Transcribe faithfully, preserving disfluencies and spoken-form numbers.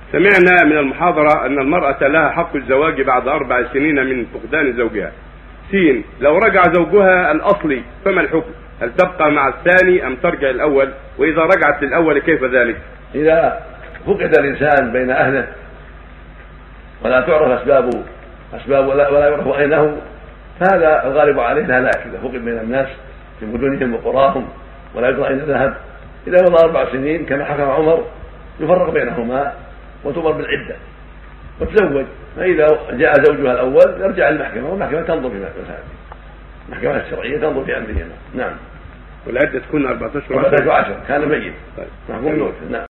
سمعنا من المحاضرة أن المرأة لها حق الزواج بعد أربع سنين من فقدان زوجها. سين، لو رجع زوجها الأصلي فما الحكم؟ هل تبقى مع الثاني أم ترجع الأول؟ وإذا رجعت للأول كيف ذلك؟ إذا فقد الإنسان بين أهله ولا تعرف أسبابه أسباب ولا, ولا يعرف أينه، فهذا الغالب عليه لا لا إذا فقد بين الناس في مدنهم وقراهم ولا يدرى أين ذهب، إذا مضى أربع سنين كما حكم عمر يفرق بينهما وتمر بالعدة وتزوج. فإذا جاء زوجها الأول يرجع المحكمة والمحكمة تنظر في مسائل المحكمة الشرعية تنظر في أمرهما. نعم. والعدة تكون أربعة أشهر أربعة عشر كان ميت. طيب. محكوم. نعم.